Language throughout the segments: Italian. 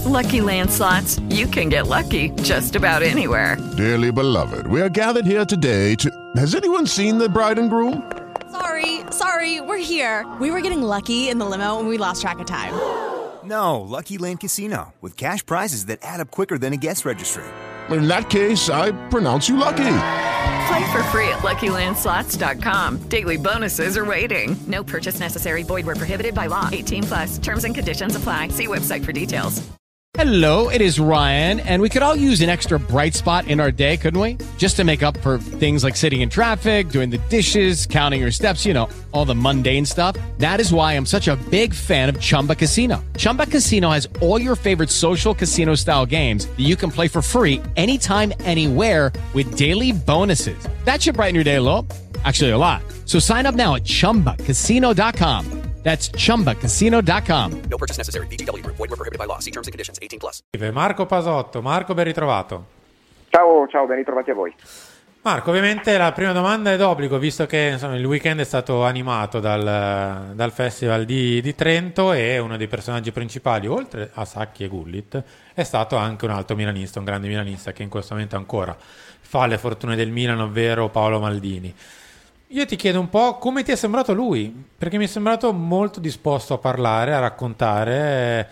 Lucky Land Slots, you can get lucky just about anywhere. Dearly beloved, we are gathered here today to... Has anyone seen the bride and groom? Sorry, we're here. We were getting lucky in the limo and we lost track of time. No, Lucky Land Casino, with cash prizes that add up quicker than a guest registry. In that case, I pronounce you lucky. Play for free at LuckyLandSlots.com. Daily bonuses are waiting. No purchase necessary. Void where prohibited by law. 18+. Terms and conditions apply. See website for details. Hello, it is Ryan, and we could all use an extra bright spot in our day, couldn't we? Just to make up for things like sitting in traffic, doing the dishes, counting your steps, you know, all the mundane stuff. That is why I'm such a big fan of Chumba Casino. Chumba Casino has all your favorite social casino-style games that you can play for free anytime, anywhere with daily bonuses. That should brighten your day a little. Actually, a lot. So sign up now at ChumbaCasino.com. That's ChumbaCasino.com. No purchase necessary. VGW Group. Void where prohibited by law. See terms and conditions. 18+. Marco Pasotto. Marco, ben ritrovato. Ciao, ben ritrovati a voi. Marco, ovviamente la prima domanda è d'obbligo, visto che insomma, il weekend è stato animato dal Festival di Trento e uno dei personaggi principali, oltre a Sacchi e Gullit, è stato anche un altro milanista, un grande milanista che in questo momento ancora fa le fortune del Milan, ovvero Paolo Maldini. Io ti chiedo un po' come ti è sembrato lui, perché mi è sembrato molto disposto a parlare, a raccontare,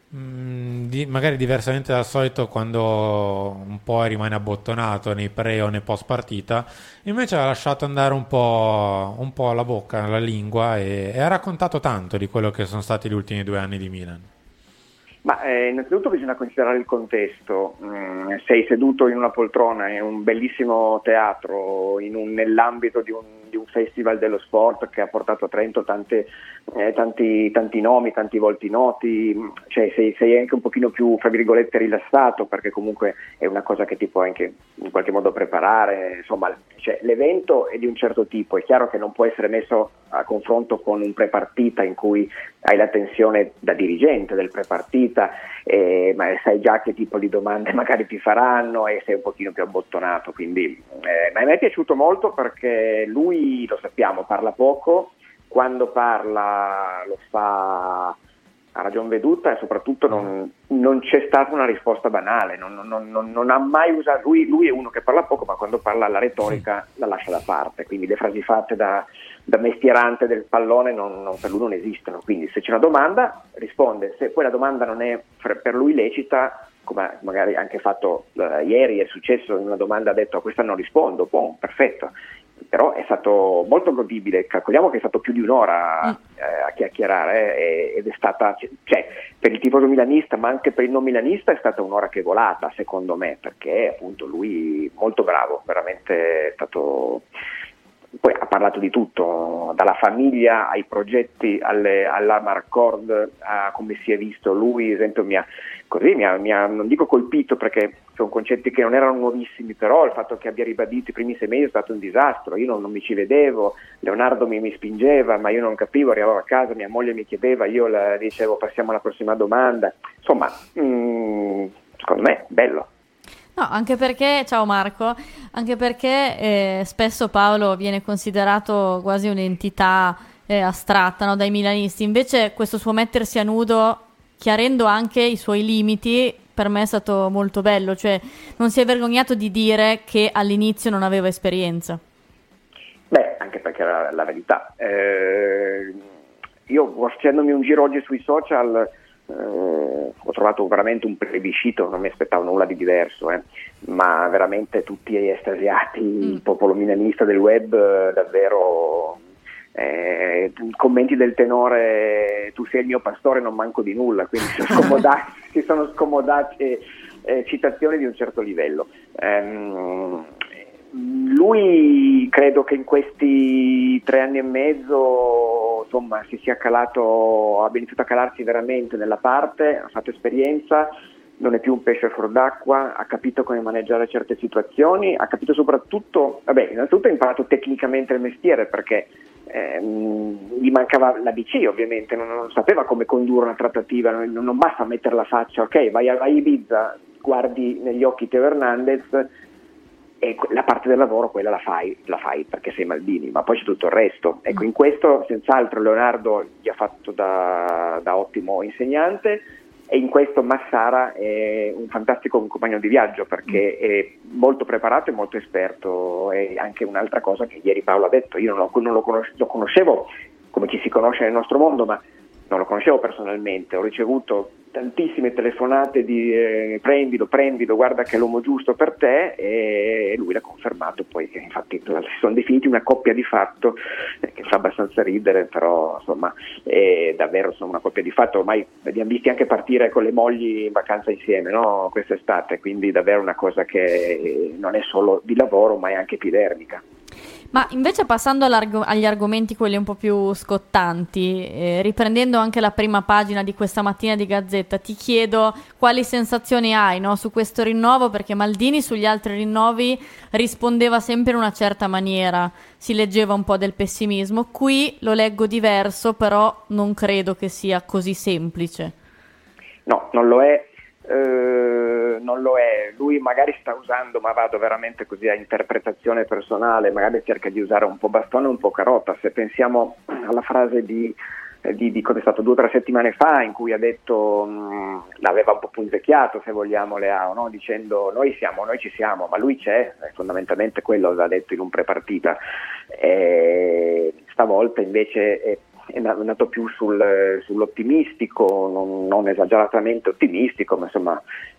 magari diversamente dal solito quando un po' rimane abbottonato nei pre o nei post partita, invece ha lasciato andare un po' la bocca, la lingua e ha raccontato tanto di quello che sono stati gli ultimi 2 anni di Milan. Ma innanzitutto bisogna considerare il contesto. Sei seduto in una poltrona in un bellissimo teatro nell'ambito di un festival dello sport che ha portato a Trento tanti nomi, tanti volti noti, cioè sei anche un pochino più, fra virgolette, rilassato, perché comunque è una cosa che ti puoi anche in qualche modo preparare, insomma, cioè, l'evento è di un certo tipo, è chiaro che non può essere messo a confronto con un prepartita in cui hai la tensione da dirigente del prepartita, ma sai già che tipo di domande magari ti faranno e sei un pochino più abbottonato, quindi ma a me è piaciuto molto perché lui, lo sappiamo, parla poco, quando parla lo fa a ragion veduta e soprattutto non c'è stata una risposta banale, non ha mai usato, lui è uno che parla poco, ma quando parla la retorica la lascia da parte, quindi le frasi fatte da mestierante del pallone per lui non esistono, quindi se c'è una domanda risponde, se poi la domanda non è per lui lecita, come magari anche fatto ieri è successo, in una domanda ha detto a questa non rispondo, perfetto, però è stato molto godibile, calcoliamo che è stato più di un'ora a chiacchierare ed è stata, cioè per il tifoso milanista ma anche per il non milanista è stata un'ora che è volata secondo me, perché appunto lui molto bravo, veramente è stato. Poi ha parlato di tutto, dalla famiglia ai progetti alla Marcord, a come si è visto lui, ad esempio mi ha non dico colpito perché sono concetti che non erano nuovissimi, però il fatto che abbia ribadito i primi 6 mesi è stato un disastro, io non mi ci vedevo, Leonardo mi spingeva ma io non capivo, arrivavo a casa, mia moglie mi chiedeva, io le dicevo passiamo alla prossima domanda, insomma secondo me bello. No, anche perché, ciao Marco, anche perché spesso Paolo viene considerato quasi un'entità astratta, no, dai milanisti, invece questo suo mettersi a nudo, chiarendo anche i suoi limiti, per me è stato molto bello, cioè non si è vergognato di dire che all'inizio non aveva esperienza. Beh, anche perché era la verità. Io facendomi un giro oggi sui social ho trovato veramente un plebiscito, non mi aspettavo nulla di diverso, ma veramente tutti estasiati, il popolo milanista del web davvero, commenti del tenore tu sei il mio pastore non manco di nulla, quindi si sono scomodate citazioni di un certo livello. Lui credo che in questi 3 anni e mezzo insomma si sia calato, abbia iniziato a calarsi veramente nella parte, ha fatto esperienza, non è più un pesce fuor d'acqua, ha capito come maneggiare certe situazioni, ha capito soprattutto, innanzitutto ha imparato tecnicamente il mestiere perché gli mancava l'ABC ovviamente, non sapeva come condurre una trattativa, non basta mettere la faccia, ok, vai a Ibiza, guardi negli occhi Teo Hernandez e la parte del lavoro quella la fai perché sei Maldini, ma poi c'è tutto il resto. Ecco, in questo senz'altro Leonardo gli ha fatto da ottimo insegnante, E in questo Massara è un fantastico compagno di viaggio, perché è molto preparato e molto esperto. E anche un'altra cosa che ieri Paolo ha detto, io non lo conoscevo come ci si conosce nel nostro mondo, ma non lo conoscevo personalmente. Ho ricevuto tantissime telefonate di prendilo, guarda che è l'uomo giusto per te, e lui l'ha confermato poi, che infatti si sono definiti una coppia di fatto, che fa abbastanza ridere, però insomma è davvero una coppia di fatto. Ormai li abbiamo visti anche partire con le mogli in vacanza insieme, no? Quest'estate, quindi davvero una cosa che non è solo di lavoro ma è anche epidermica. Ma invece passando agli argomenti quelli un po' più scottanti, riprendendo anche la prima pagina di questa mattina di Gazzetta, ti chiedo quali sensazioni hai, no, su questo rinnovo, perché Maldini sugli altri rinnovi rispondeva sempre in una certa maniera, si leggeva un po' del pessimismo. Qui lo leggo diverso, però non credo che sia così semplice. No, non lo è. Non lo è, lui magari sta usando, ma vado veramente così a interpretazione personale, magari cerca di usare un po' bastone e un po' carota. Se pensiamo alla frase di cosa è stato 2 o 3 settimane fa, in cui ha detto, l'aveva un po' punzecchiato se vogliamo Leao, no? Dicendo noi ci siamo, ma lui c'è, fondamentalmente quello aveva detto in un prepartita. Stavolta invece è andato più sull'ottimistico, non esageratamente ottimistico, ma insomma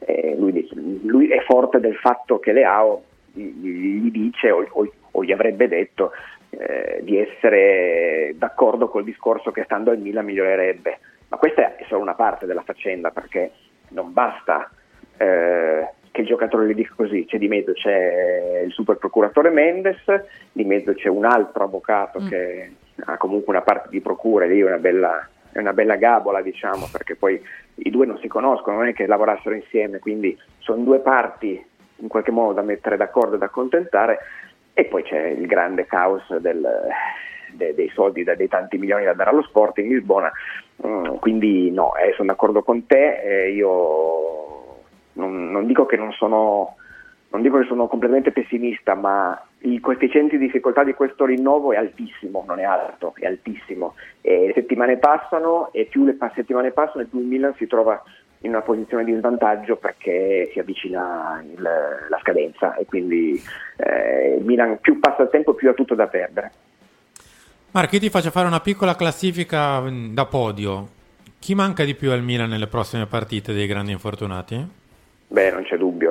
lui è forte del fatto che Leao gli dice o gli avrebbe detto di essere d'accordo col discorso che stando al Milan migliorerebbe. Ma questa è solo una parte della faccenda, perché non basta che il giocatore gli dica così. C'è di mezzo c'è il super procuratore Mendes, di mezzo c'è un altro avvocato che ha comunque una parte di procura, lì è una bella gabola, diciamo, perché poi i due non si conoscono, non è che lavorassero insieme, quindi sono 2 parti in qualche modo da mettere d'accordo e da accontentare. E poi c'è il grande caos dei soldi, dei tanti milioni da dare allo sport in Lisbona. Quindi no, sono d'accordo con te. Io non dico che sono completamente pessimista, ma il coefficiente di difficoltà di questo rinnovo è altissimo, non è alto, è altissimo. E le settimane passano, e più le settimane passano e più il Milan si trova in una posizione di svantaggio, perché si avvicina la scadenza, e quindi il Milan più passa il tempo più ha tutto da perdere. Marco, io ti faccio fare una piccola classifica da podio. Chi manca di più al Milan nelle prossime partite dei grandi infortunati? Beh, non c'è dubbio.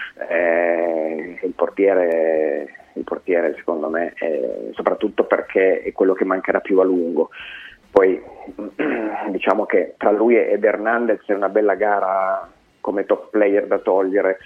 Il portiere secondo me, soprattutto perché è quello che mancherà più a lungo. Poi diciamo che tra lui ed Hernandez è una bella gara come top player da togliere,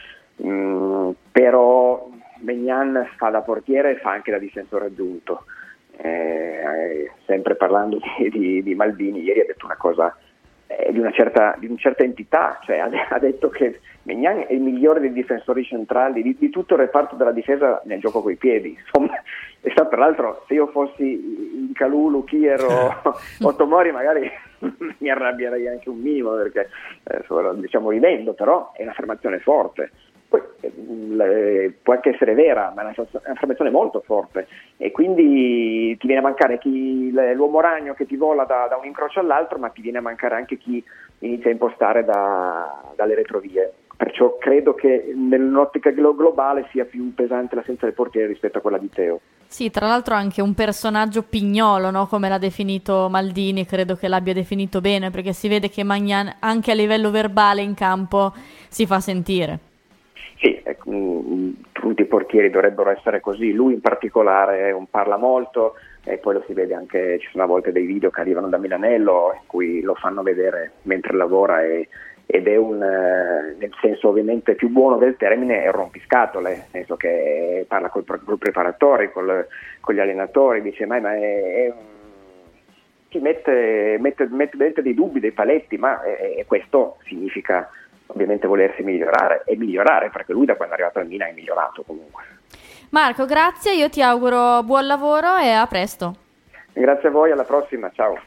però Maignan fa da portiere e fa anche da difensore aggiunto. Sempre parlando di Maldini, ieri ha detto una cosa di una certa entità, cioè ha detto che Maignan è il migliore dei difensori centrali di tutto il reparto della difesa nel gioco coi piedi. Insomma, e tra l'altro, se io fossi in Kalulu, Kier o Tomori, magari mi arrabbierei anche un minimo, perché diciamo ridendo, però è un'affermazione forte. Poi può anche essere vera, ma è un'affermazione molto forte, e quindi ti viene a mancare l'uomo ragno che ti vola da un incrocio all'altro, ma ti viene a mancare anche chi inizia a impostare dalle retrovie. Perciò credo che nell'ottica globale sia più pesante l'assenza del portiere rispetto a quella di Teo. Sì, tra l'altro anche un personaggio pignolo, no? Come l'ha definito Maldini, credo che l'abbia definito bene, perché si vede che Maignan anche a livello verbale in campo si fa sentire. Sì, tutti i portieri dovrebbero essere così, lui in particolare parla molto, e poi lo si vede anche, ci sono a volte dei video che arrivano da Milanello in cui lo fanno vedere mentre lavora, ed è nel senso ovviamente più buono del termine, è un rompiscatole, nel senso che parla col preparatore, con gli allenatori, dice ma ti mette dei dubbi, dei paletti, ma questo significa ovviamente volersi migliorare, perché lui da quando è arrivato al Milan è migliorato comunque. Marco, grazie, io ti auguro buon lavoro e a presto. Grazie a voi, alla prossima, ciao.